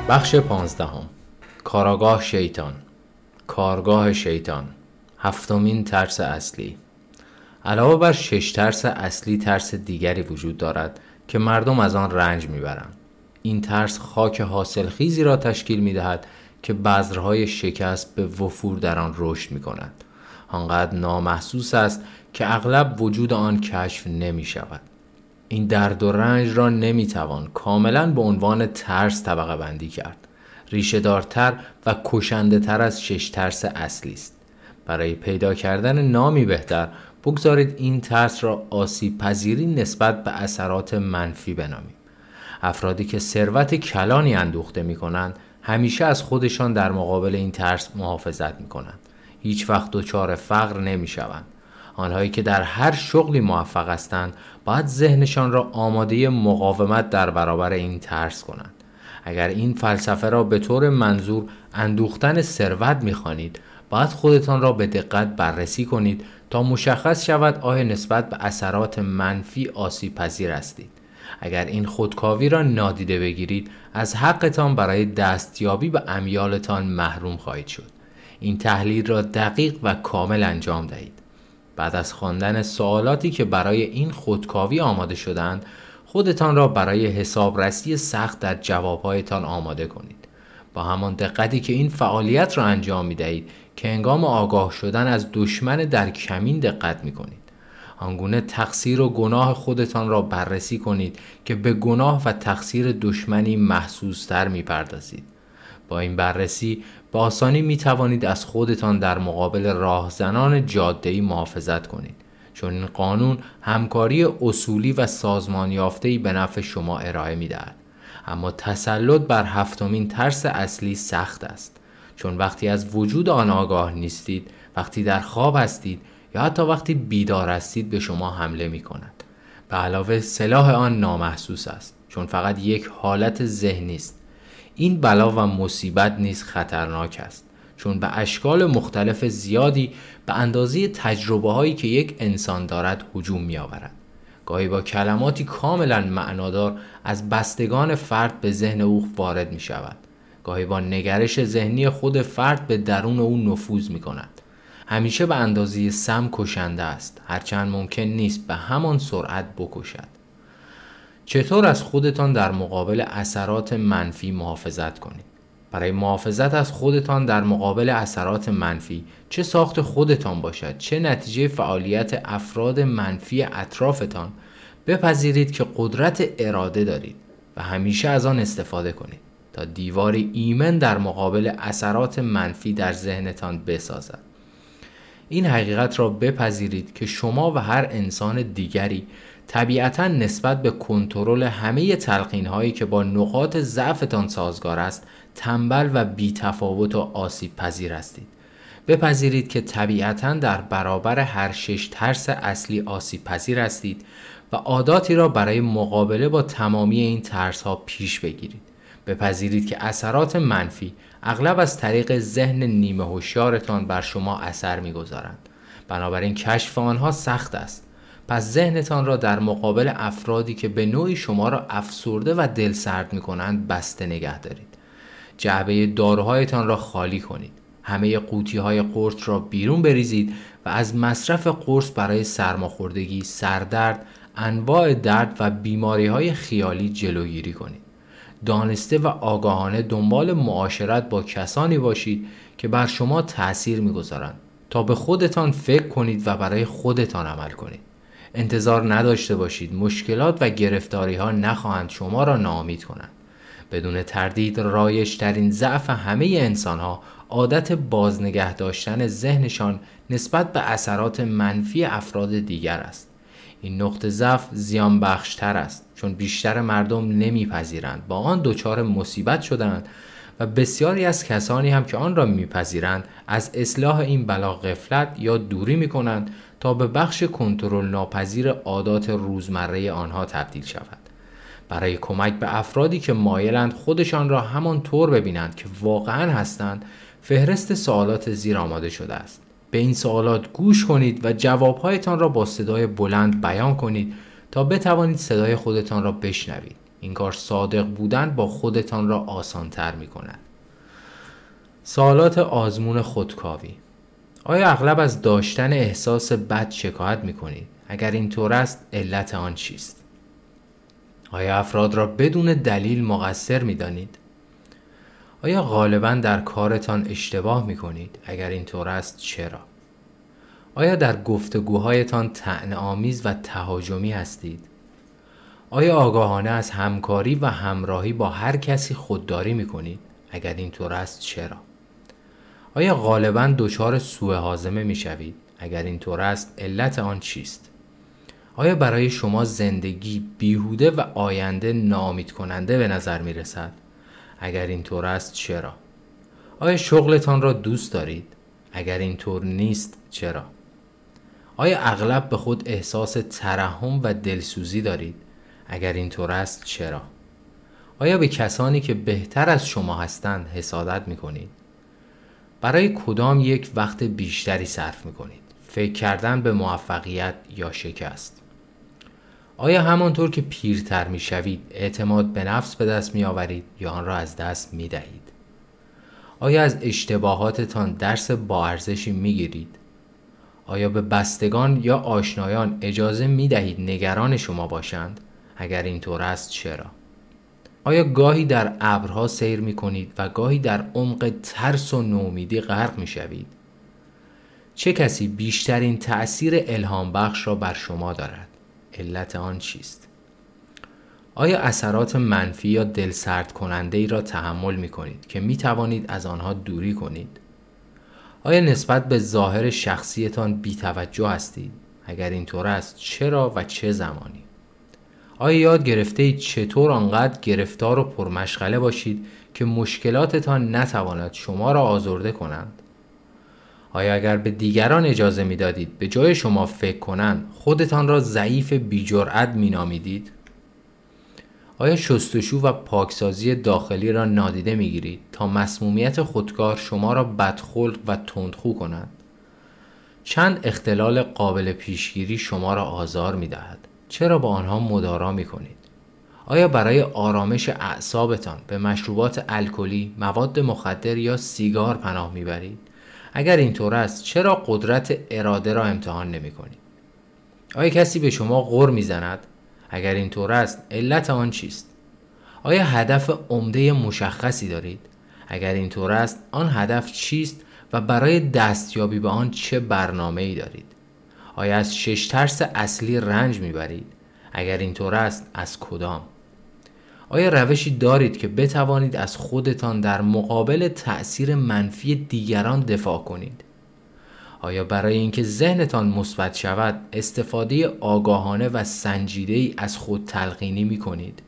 بخش 15. کارآگاه شیطان. کارگاه شیطان. هفتمین ترس اصلی. علاوه بر 6 ترس اصلی، ترس دیگری وجود دارد که مردم از آن رنج میبرند. این ترس خاک حاصلخیزی را تشکیل میدهد که بذرهای شکست به وفور در آن رشد میکنند. آنقدر نامحسوس است که اغلب وجود آن کشف نمی شود. این درد و رنج را نمیتوان کاملا به عنوان ترس طبقه بندی کرد. ریشه دارتر و کشنده تر از 6 ترس اصلی است. برای پیدا کردن نامی بهتر بگذارید این ترس را آسیب پذیری نسبت به اثرات منفی بنامیم. افرادی که ثروت کلانی اندوخته می کنند همیشه از خودشان در مقابل این ترس محافظت می کنند. هیچ وقت دچار فقر نمی شوند. آنهایی که در هر شغلی موفق هستند باید ذهنشان را آماده مقاومت در برابر این ترس کنند. اگر این فلسفه را به طور منظور اندوختن ثروت می‌خوانید، باید خودتان را به دقت بررسی کنید تا مشخص شود آیا نسبت به اثرات منفی آسیب پذیر هستید. اگر این خودکاوی را نادیده بگیرید، از حقتان برای دستیابی به امیالتان محروم خواهید شد. این تحلیل را دقیق و کامل انجام دهید. بعد از خواندن سوالاتی که برای این خودکاوی آماده شدند، خودتان را برای حسابرسی سخت در جوابهایتان آماده کنید. با همان دقتی که این فعالیت را انجام می دهید که هنگام آگاه شدن از دشمن در کمین دقت می کنید. آنگونه تقصیر و گناه خودتان را بررسی کنید که به گناه و تقصیر دشمنی محسوس‌تر می پردازید. با این بررسی به آسانی می توانید از خودتان در مقابل راهزنان جاده‌ای محافظت کنید، چون این قانون همکاری اصولی و سازمان یافته‌ای به نفع شما ارائه می دهد. اما تسلط بر هفتمین ترس اصلی سخت است، چون وقتی از وجود آن آگاه نیستید، وقتی در خواب هستید یا حتی وقتی بیدار هستید به شما حمله می کند. به علاوه سلاح آن نامحسوس است، چون فقط یک حالت ذهنی است. این بلا و مصیبت نیز خطرناک است، چون به اشکال مختلف زیادی به اندازه تجربه هایی که یک انسان دارد هجوم می آورد. گاهی با کلماتی کاملا معنادار از بستگان فرد به ذهن او وارد می شود. گاهی با نگرش ذهنی خود فرد به درون او نفوذ می کند. همیشه به اندازه سم کشنده است، هرچند ممکن نیست به همان سرعت بکشد. چطور از خودتان در مقابل اثرات منفی محافظت کنید؟ برای محافظت از خودتان در مقابل اثرات منفی، چه ساخت خودتان باشد، چه نتیجه فعالیت افراد منفی اطرافتان، بپذیرید که قدرت اراده دارید و همیشه از آن استفاده کنید تا دیواری ایمن در مقابل اثرات منفی در ذهنتان بسازد. این حقیقت را بپذیرید که شما و هر انسان دیگری طبیعتاً نسبت به کنترل همه تلقین‌هایی که با نقاط ضعفتان سازگار است، تنبل و بی‌تفاوت و آسیب پذیر هستید. بپذیرید که طبیعتاً در برابر هر 6 ترس اصلی آسیب پذیر هستید و عاداتی را برای مقابله با تمامی این ترس‌ها پیش بگیرید. بپذیرید که اثرات منفی اغلب از طریق ذهن نیمه هوشیارتان بر شما اثر می‌گذارند. بنابراین کشف آنها سخت است. پس ذهنتان را در مقابل افرادی که به نوعی شما را افسرده و دل سرد می‌کنند بسته نگه دارید. جعبه داروهایتان را خالی کنید. همه قوطی‌های قرص را بیرون بریزید و از مصرف قرص برای سرماخوردگی، سردرد، انواع درد و بیماری‌های خیالی جلوگیری کنید. دانسته و آگاهانه دنبال معاشرت با کسانی باشید که بر شما تأثیر می‌گذارند تا به خودتان فکر کنید و برای خودتان عمل کنید. انتظار نداشته باشید مشکلات و گرفتاری‌ها نخواهند شما را ناامید کنند. بدون تردید رایج‌ترین ضعف همه انسان‌ها عادت بازنگه داشتن ذهنشان نسبت به اثرات منفی افراد دیگر است. این نقطه ضعف زیان بخشتر است، چون بیشتر مردم نمیپذیرند با آن دچار مصیبت شدند و بسیاری از کسانی هم که آن را میپذیرند از اصلاح این بلا غفلت یا دوری میکنند تا به بخش کنترل ناپذیر عادات روزمره آنها تبدیل شود. برای کمک به افرادی که مایلند خودشان را همان طور ببینند که واقعاً هستند، فهرست سوالات زیر آماده شده است. به این سوالات گوش کنید و جوابهایتان را با صدای بلند بیان کنید تا بتوانید صدای خودتان را بشنوید. این کار صادق بودن با خودتان را آسان‌تر می‌کند. سوالات آزمون خودکاوی. آیا اغلب از داشتن احساس بد شکایت می‌کنید؟ اگر اینطور است، علت آن چیست؟ آیا افراد را بدون دلیل مقصر می‌دانید؟ آیا غالباً در کارتان اشتباه می‌کنید؟ اگر اینطور است، چرا؟ آیا در گفتگوهایتان طعنه‌آمیز و تهاجمی هستید؟ آیا آگاهانه از همکاری و همراهی با هر کسی خودداری می‌کنید؟ اگر اینطور است، چرا؟ آیا غالباً دچار سوء هاضمه می‌شوید؟ اگر اینطور است، علت آن چیست؟ آیا برای شما زندگی بیهوده و آینده ناامید کننده به نظر می‌رسد؟ اگر اینطور است، چرا؟ آیا شغلتان را دوست دارید؟ اگر اینطور نیست، چرا؟ آیا اغلب به خود احساس ترحم و دلسوزی دارید؟ اگر اینطور است، چرا؟ آیا به کسانی که بهتر از شما هستند حسادت می‌کنید؟ برای کدام یک وقت بیشتری صرف می‌کنید؟ فکر کردن به موفقیت یا شکست؟ آیا همانطور که پیرتر می‌شوید اعتماد به نفس به دست می‌آورید یا آن را از دست می‌دهید؟ آیا از اشتباهاتتان درس با ارزشی می‌گیرید؟ آیا به بستگان یا آشنایان اجازه می‌دهید نگران شما باشند؟ اگر اینطور است، چرا؟ آیا گاهی در ابرها سیر می‌کنید و گاهی در عمق ترس و نومیدی غرق می‌شوید؟ چه کسی بیشترین تأثیر الهام بخش را بر شما دارد؟ علت آن چیست؟ آیا اثرات منفی یا دلسرد کننده ای را تحمل می‌کنید که می‌توانید از آنها دوری کنید؟ آیا نسبت به ظاهر شخصیتان بی‌توجه هستید؟ اگر اینطور است، چرا و چه زمانی؟ آیا یاد گرفته‌اید چطور آنقدر گرفتار و پرمشغله باشید که مشکلاتتان نتواند شما را آزرده کنند؟ آیا اگر به دیگران اجازه می‌دادید به جای شما فکر کنند، خودتان را ضعیف بی‌جرأت می‌نامیدید؟ آیا شستشو و پاکسازی داخلی را نادیده می‌گیرید تا مسمومیت خودکار شما را بدخلق و تندخو کند؟ چند اختلال قابل پیشگیری شما را آزار می‌دهد. چرا با آنها مدارا می‌کنید؟ آیا برای آرامش اعصابتان به مشروبات الکلی، مواد مخدر یا سیگار پناه می‌برید؟ اگر اینطور است، چرا قدرت اراده را امتحان نمی‌کنید؟ آیا کسی به شما غر می‌زند؟ اگر اینطور است، علت آن چیست؟ آیا هدف عمده مشخصی دارید؟ اگر اینطور است، آن هدف چیست و برای دستیابی به آن چه برنامه‌ای دارید؟ آیا از 6 ترس اصلی رنج میبرید؟ اگر اینطور است، از کدام؟ آیا روشی دارید که بتوانید از خودتان در مقابل تأثیر منفی دیگران دفاع کنید؟ آیا برای اینکه ذهنتان مثبت شود استفاده آگاهانه و سنجیده‌ای از خود تلقینی می‌کنید؟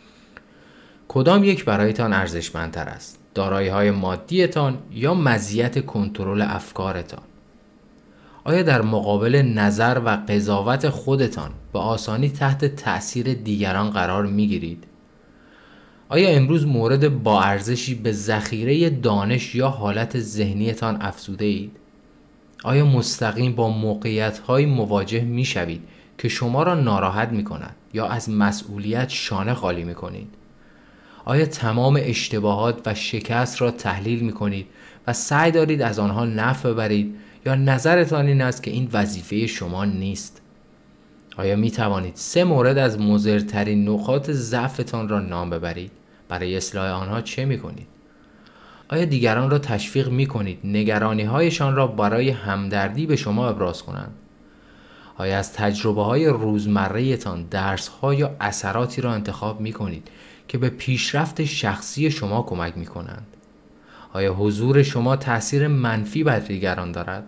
کدام یک برایتان ارزشمندتر است؟ دارایی‌های مادیتان یا مزیت کنترل افکارتان؟ آیا در مقابل نظر و قضاوت خودتان به آسانی تحت تأثیر دیگران قرار می‌گیرید؟ آیا امروز مورد با ارزشی به ذخیره دانش یا حالت ذهنیتان افزوده اید؟ آیا مستقیم با موقعیت‌های مواجه می‌شوید که شما را ناراحت می‌کند یا از مسئولیت شانه خالی می‌کنید؟ آیا تمام اشتباهات و شکست را تحلیل می‌کنید و سعی دارید از آنها نفع ببرید یا نظرتان این است که این وظیفه شما نیست؟ آیا می‌توانید 3 مورد از مضرترین نقاط ضعفتان را نام ببرید؟ برای اصلاح آنها چه می‌کنید؟ آیا دیگران را تشویق می‌کنید نگرانی‌هایشان را برای همدردی به شما ابراز کنند؟ آیا از تجربه‌های روزمره‌تان درس‌ها یا اثراتی را انتخاب می‌کنید که به پیشرفت شخصی شما کمک می‌کنند؟ آیا حضور شما تأثیر منفی بر دیگران دارد؟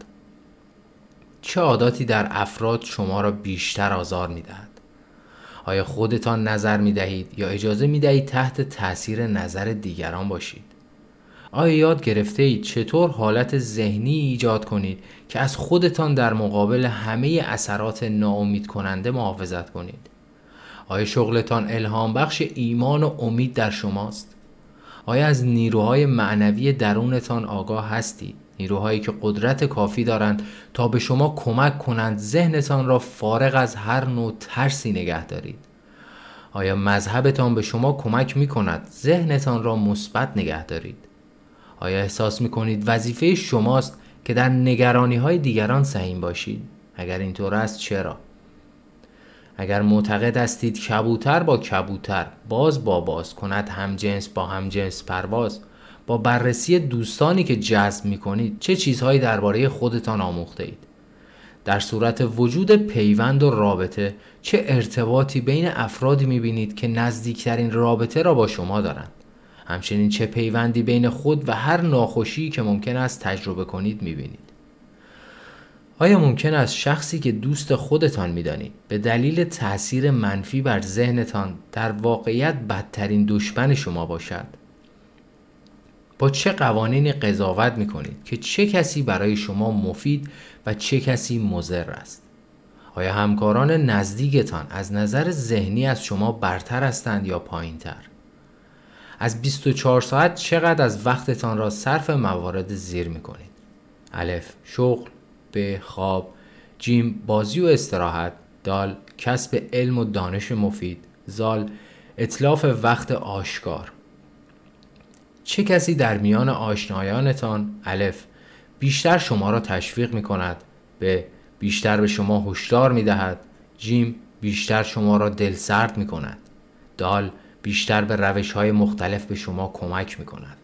چه عاداتی در افراد شما را بیشتر آزار می‌دهد؟ آیا خودتان نظر می‌دهید یا اجازه می‌دهید تحت تأثیر نظر دیگران باشید؟ آیا یاد گرفته‌اید چطور حالت ذهنی ایجاد کنید که از خودتان در مقابل همه اثرات ناامید کننده محافظت کنید؟ آیا شغلتان الهام بخش ایمان و امید در شماست؟ آیا از نیروهای معنوی درونتان آگاه هستید؟ نیروهایی که قدرت کافی دارند تا به شما کمک کنند ذهنتان را فارغ از هر نوع ترسی نگه دارید. آیا مذهبتان به شما کمک می کند ذهنتان را مثبت نگه دارید؟ آیا احساس می کنید وظیفه شماست که در نگرانی های دیگران سهیم باشید؟ اگر اینطور است چرا؟ اگر معتقد هستید کبوتر با کبوتر، باز با باز کند همجنس با همجنس پرواز، با بررسی دوستانی که جذب می کنید چه چیزهایی درباره خودتان آموخته اید؟ در صورت وجود پیوند و رابطه چه ارتباطی بین افرادی می بینید که نزدیکترین رابطه را با شما دارند؟ همچنین چه پیوندی بین خود و هر ناخوشی که ممکن است تجربه کنید می بینید؟ آیا ممکن است شخصی که دوست خودتان می‌دانید به دلیل تأثیر منفی بر ذهنتان در واقعیت بدترین دشمن شما باشد؟ با چه قوانینی قضاوت می‌کنید که چه کسی برای شما مفید و چه کسی مضر است؟ آیا همکاران نزدیکتان از نظر ذهنی از شما برتر هستند یا پایین‌تر؟ از 24 ساعت چقدر از وقتتان را صرف موارد زیر می‌کنید؟ الف شغل، ب خواب، جیم بازی و استراحت، دال کسب علم و دانش مفید، زال اتلاف وقت آشکار. چه کسی در میان آشنایانتان الف بیشتر شما را تشویق می کند، ب بیشتر به شما هشدار می دهد، جیم بیشتر شما را دلسرد می کند، دال بیشتر به روش‌های مختلف به شما کمک می کند؟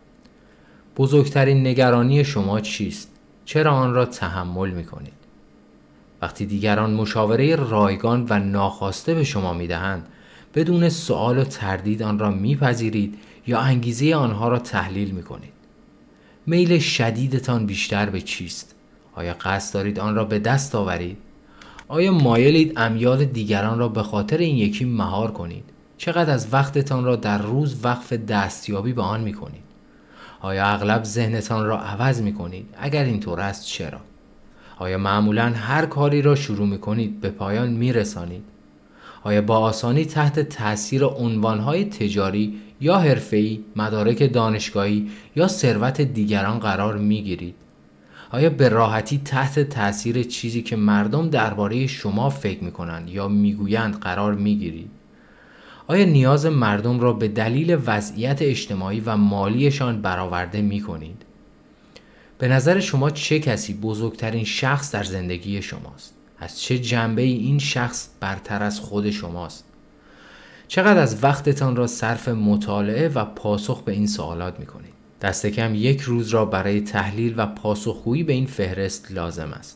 بزرگترین نگرانی شما چیست؟ چرا آن را تحمل می کنید؟ وقتی دیگران مشاوره رایگان و ناخواسته به شما می دهند، بدون سؤال و تردید آن را می پذیرید یا انگیزه آنها را تحلیل می کنید؟ میل شدیدتان بیشتر به چیست؟ آیا قصد دارید آن را به دست آورید؟ آیا مایلید امیال دیگران را به خاطر این یکی مهار کنید؟ چقدر از وقتتان را در روز وقف دستیابی به آن می کنید؟ آیا اغلب ذهنتان را عوض می کنید؟ اگر اینطور است چرا؟ آیا معمولاً هر کاری را شروع می کنید به پایان می رسانید؟ آیا با آسانی تحت تأثیر عنوانهای تجاری یا حرفه‌ای، مدارک دانشگاهی یا ثروت دیگران قرار می گیرید؟ آیا به راحتی تحت تأثیر چیزی که مردم درباره شما فکر می کنند یا می گویند قرار می گیرید؟ آیا نیاز مردم را به دلیل وضعیت اجتماعی و مالیشان برآورده می کنید؟ به نظر شما چه کسی بزرگترین شخص در زندگی شماست؟ از چه جنبه این شخص برتر از خود شماست؟ چقدر از وقتتان را صرف مطالعه و پاسخ به این سوالات می کنید؟ دست کم یک روز را برای تحلیل و پاسخگویی به این فهرست لازم است.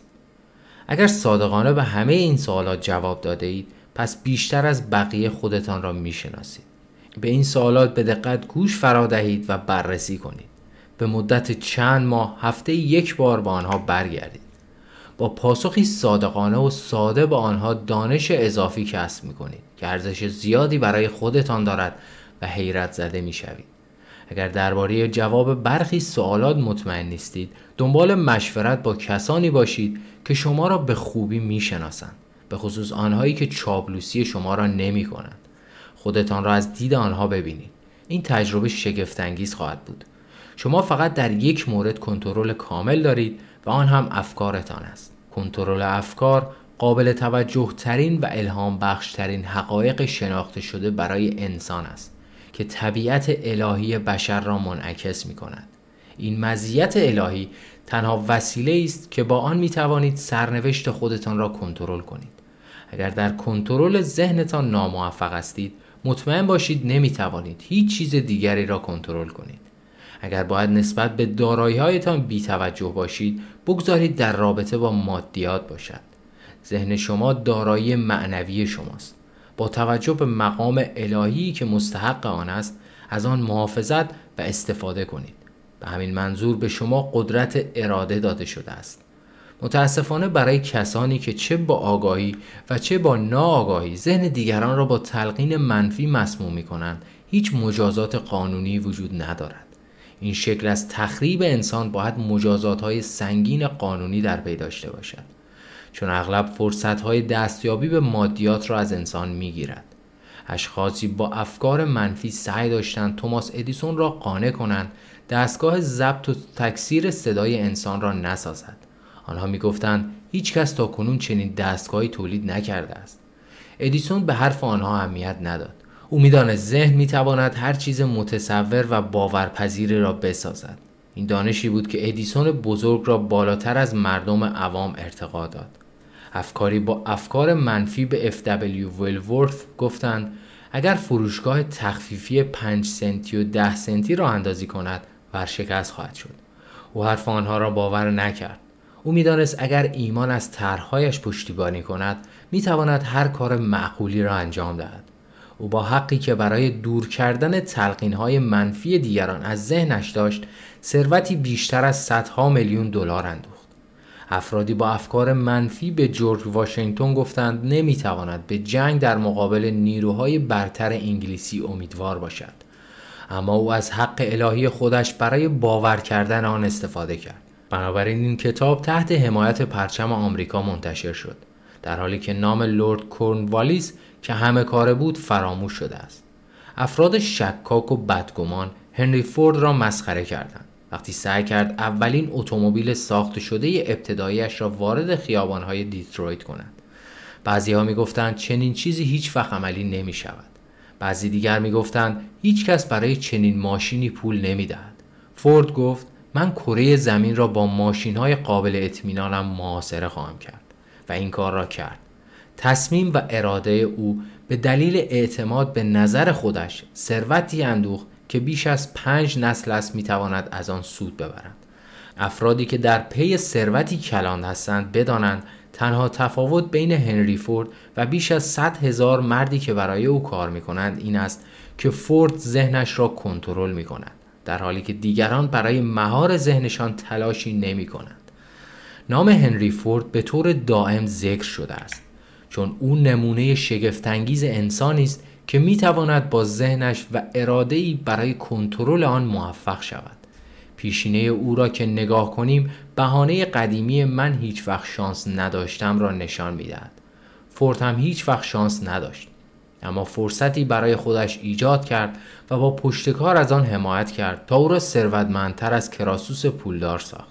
اگر صادقانه به همه این سوالات جواب داده اید، پس بیشتر از بقیه خودتان را می شناسید. به این سوالات به دقت گوش فرا دهید و بررسی کنید. به مدت چند ماه هفته یک بار با آنها برگردید. با پاسخی صادقانه و ساده با آنها دانش اضافی کسب می کنید که ارزش زیادی برای خودتان دارد و حیرت زده می شوید. اگر درباره جواب برخی سوالات مطمئن نیستید، دنبال مشورت با کسانی باشید که شما را به خوبی می شناسند، به خصوص آنهایی که چاپلوسی شما را نمی کنند. خودتان را از دید آنها ببینید. این تجربه شگفت انگیز خواهد بود. شما فقط در یک مورد کنترل کامل دارید و آن هم افکارتان است. کنترل افکار قابل توجه ترین و الهام بخش ترین حقایق شناخته شده برای انسان است که طبیعت الهی بشر را منعکس می کند. این مزیت الهی تنها وسیله است که با آن می توانید سرنوشت خودتان را کنترل کنید. اگر در کنترل ذهنتان ناموفق هستید، مطمئن باشید نمی توانید هیچ چیز دیگری را کنترل کنید. اگر باید نسبت به دارایی‌هایتان بی‌توجه باشید، بگذارید در رابطه با مادیات باشد. ذهن شما دارایی معنوی شماست. با توجه به مقام الهی که مستحق آن است، از آن محافظت و استفاده کنید. به همین منظور به شما قدرت اراده داده شده است. متاسفانه برای کسانی که چه با آگاهی و چه با ناآگاهی ذهن دیگران را با تلقین منفی مسموم می‌کنند، هیچ مجازات قانونی وجود ندارد. این شکل از تخریب انسان باید مجازات‌های سنگین قانونی در پی داشته باشد، چون اغلب فرصت‌های دستیابی به مادیات را از انسان می‌گیرد. اشخاصی با افکار منفی سعی داشتند توماس ادیسون را قانع کنند دستگاه ضبط و تکثیر صدای انسان را نسازد. آنها می‌گفتند هیچ کس تاکنون چنین دستگاهی تولید نکرده است. ادیسون به حرف آنها اهمیت نداد. او می‌دانست ذهن می‌تواند هر چیز متصور و باورپذیری را بسازد. این دانشی بود که ادیسون بزرگ را بالاتر از مردم عوام ارتقا داد. افکاری با افکار منفی به F.W. ولورث گفتند اگر فروشگاه تخفیفی 5 سنتی و 10 سنتی راه اندازی کند ورشکست خواهد شد. او حرف آنها را باور نکرد. او می‌دانست اگر ایمان از طرح‌هایش پشتیبانی کند می‌تواند هر کار معقولی را انجام دهد. او با حقی که برای دور کردن تلقین‌های منفی دیگران از ذهنش داشت ثروتی بیشتر از صدها میلیون دلار اندوخت. افرادی با افکار منفی به جورج واشنگتن گفتند نمیتواند به جنگ در مقابل نیروهای برتر انگلیسی امیدوار باشد، اما او از حق الهی خودش برای باور کردن آن استفاده کرد. بنابراین این کتاب تحت حمایت پرچم آمریکا منتشر شد، در حالی که نام لرد کورنوالیس که همه کاره بود فراموش شده است. افراد شکاک و بدگمان هنری فورد را مسخره کردند وقتی سعی کرد اولین اتومبیل ساخته شده ابتداییش را وارد خیابان‌های دیترویت کند. بعضی‌ها می‌گفتند چنین چیزی هیچ وقت عملی نمی‌شود. بعضی دیگر می‌گفتند هیچ کس برای چنین ماشینی پول نمی‌دهد. فورد گفت من کره زمین را با ماشین‌های قابل اطمینانم محاصره خواهم کرد و این کار را کرد. تصمیم و اراده او به دلیل اعتماد به نظر خودش ثروتی اندوخت که بیش از 5 نسل است میتواند از آن سود ببرند. افرادی که در پی ثروتی کلان هستند بدانند تنها تفاوت بین هنری فورد و بیش از 100,000 مردی که برای او کار میکنند این است که فورد ذهنش را کنترل میکند، در حالی که دیگران برای مهار ذهنشان تلاشی نمیکنند. نام هنری فورد به طور دائم ذکر شده است چون او نمونه شگفت‌انگیز انسانی است که میتواند با ذهنش و اراده‌ای برای کنترل آن موفق شود. پیشینه او را که نگاه کنیم بهانه قدیمی من هیچ وقت شانس نداشتم را نشان میدهد. فورد هم هیچ وقت شانس نداشت، اما فرصتی برای خودش ایجاد کرد و با پشتکار از آن حمایت کرد تا او را ثروتمندتر از کراسوس پولدار ساخت.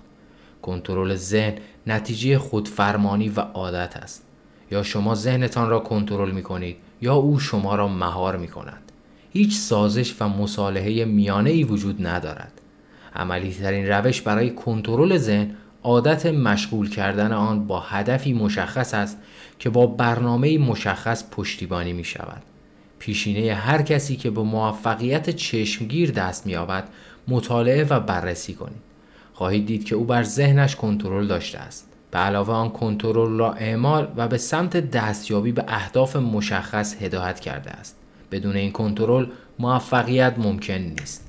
کنترل ذهن نتیجه خودفرمانی و عادت است. یا شما ذهنتان را کنترل می کنید یا او شما را مهار می کند. هیچ سازش و مصالحه میانه‌ای وجود ندارد. عملی ترین روش برای کنترل ذهن عادت مشغول کردن آن با هدفی مشخص است که با برنامه‌ای مشخص پشتیبانی می شود. پیشینه هر کسی که به موفقیت چشمگیر دست می یابد مطالعه و بررسی کنید. خواهید دید که او بر ذهنش کنترل داشته است. به علاوه آن کنترل را اعمال و به سمت دستیابی به اهداف مشخص هدایت کرده است. بدون این کنترل موفقیت ممکن نیست.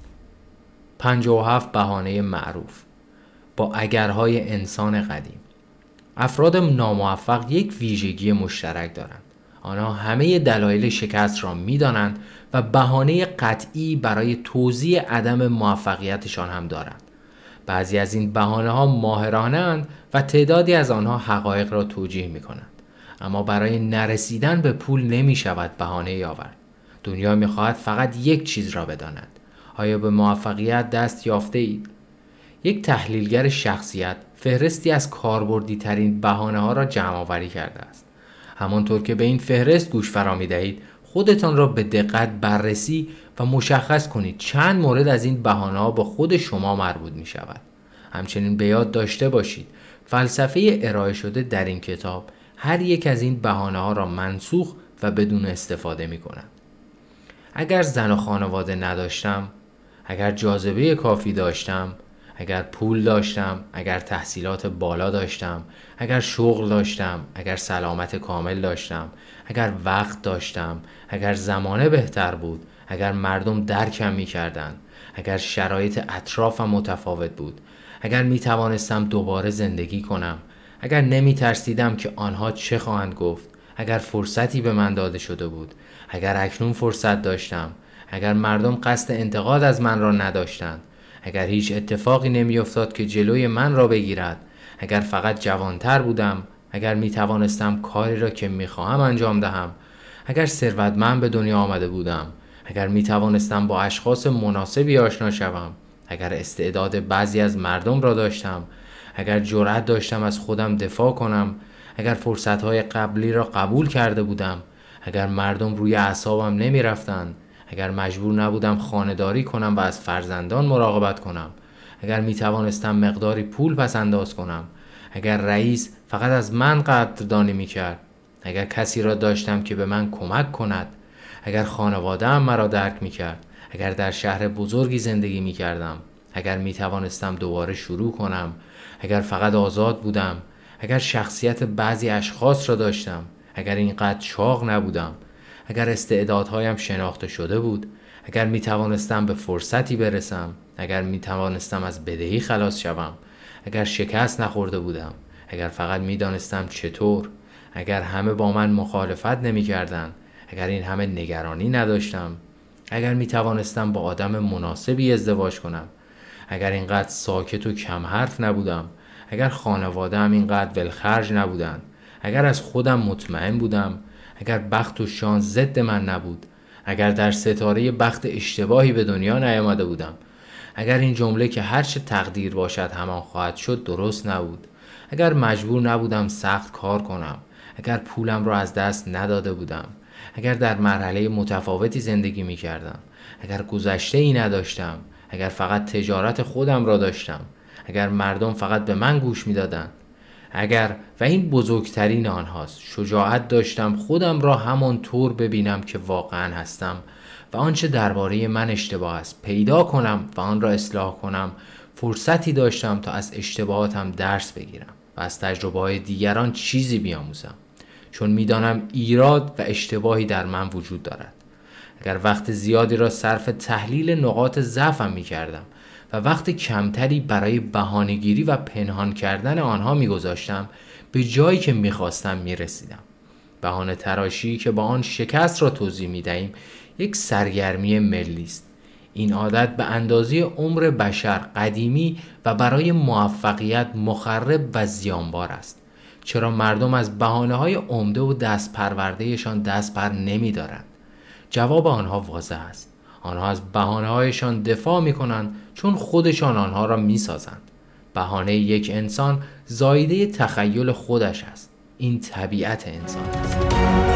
57 بهانه معروف با اگرهای انسان قدیم. افراد ناموفق یک ویژگی مشترک دارند. آنها همه دلایل شکست را می‌دانند و بهانه قطعی برای توضیح عدم موفقیتشان هم دارند. بعضی از این بهانه‌ها ماهرانه اند و تعدادی از آنها حقایق را توجیه می‌کنند. اما برای نرسیدن به پول نمی‌شود بهانه آورد. دنیا می‌خواهد فقط یک چیز را بداند. آیا به موفقیت دست یافته اید؟ یک تحلیلگر شخصیت فهرستی از کاربردی ترین بهانه‌ها را جمع‌آوری کرده است. همانطور که به این فهرست گوش فرا می‌دهید، خودتان را به دقت بررسی و مشخص کنید چند مورد از این بهانه‌ها به خود شما مربوط می‌شود. همچنین به یاد داشته باشید فلسفه ارائه شده در این کتاب هر یک از این بهانه‌ها را منسوخ و بدون استفاده می‌کند. اگر زن و خانواده نداشتم، اگر جاذبه کافی داشتم، اگر پول داشتم، اگر تحصیلات بالا داشتم، اگر شغل داشتم، اگر سلامت کامل داشتم، اگر وقت داشتم، اگر زمانه بهتر بود، اگر مردم درکم می‌کردند، اگر شرایط اطرافم متفاوت بود، اگر می‌توانستم دوباره زندگی کنم، اگر نمی‌ترسیدم که آنها چه خواهند گفت، اگر فرصتی به من داده شده بود، اگر اکنون فرصت داشتم، اگر مردم قصد انتقاد از من را نداشتند، اگر هیچ اتفاقی نمی‌افتاد که جلوی من را بگیرد، اگر فقط جوانتر بودم، اگر می‌توانستم کاری را که می‌خواهم انجام دهم، اگر ثروتمند به دنیا آمده بودم، اگر می‌توانستم با اشخاص مناسبی آشنا شوم، اگر استعداد بعضی از مردم را داشتم، اگر جرأت داشتم از خودم دفاع کنم، اگر فرصت‌های قبلی را قبول کرده بودم، اگر مردم روی اعصابم نمی رفتن، اگر مجبور نبودم خانه‌داری کنم و از فرزندان مراقبت کنم، اگر می توانستم مقداری پول پس انداز کنم، اگر رئیس فقط از من قدردانی می کرد، اگر کسی را داشتم که به من کمک کند، اگر خانواده‌ام مرا درک می کرد، اگر در شهر بزرگی زندگی می کردم، اگر می توانستم دوباره شروع کنم، اگر فقط آزاد بودم، اگر شخصیت بعضی اشخاص را داشتم، اگر اینقدر چاق نبودم، اگر استعدادهایم شناخته شده بود، اگر می توانستم به فرصتی برسم، اگر می توانستم از بدهی خلاص شوم، اگر شکست نخورده بودم، اگر فقط می دانستم چطور، اگر همه با من مخالفت نمی کردن، اگر این همه نگرانی نداشتم، اگر می توانستم با آدم مناسبی ازدواج کنم، اگر اینقدر ساکت و کم حرف نبودم، اگر خانواده‌ام اینقدر ولخرج نبودن، اگر از خودم مطمئن بودم، اگر بخت و شانس ضد من نبود، اگر در ستاره بخت اشتباهی به دنیا نیامده بودم، اگر این جمله که هرچه تقدیر باشد همان خواهد شد درست نبود، اگر مجبور نبودم سخت کار کنم، اگر پولم را از دست نداده بودم، اگر در مرحله متفاوتی زندگی می کردم، اگر گذشته ای نداشتم، اگر فقط تجارت خودم را داشتم، اگر مردم فقط به من گوش می دادن، اگر و این بزرگترین آنهاست شجاعت داشتم خودم را همان طور ببینم که واقعا هستم و آنچه درباره من اشتباه است پیدا کنم و آن را اصلاح کنم، فرصتی داشتم تا از اشتباهاتم درس بگیرم و از تجربه‌های دیگران چیزی بیاموزم، چون میدانم ایراد و اشتباهی در من وجود دارد. اگر وقت زیادی را صرف تحلیل نقاط ضعفم می‌کردم و وقت کمتری برای بهانه‌گیری و پنهان کردن آنها می‌گذاشتم، به جایی که می‌خواستم می‌رسیدم. بهانه تراشی که با آن شکست را توضیح می‌دهیم یک سرگرمی ملی است. این عادت به اندازه عمر بشر قدیمی و برای موفقیت مخرب و زیانبار است. چرا مردم از بهانه‌های عمده و دست پرورده‌شان دست بر نمی‌دارند؟ جواب آنها واضح است. آنها از بهانه‌هایشان دفاع می‌کنند چون خودشان آنها را می‌سازند. بهانه یک انسان زایده تخیل خودش است. این طبیعت انسان است.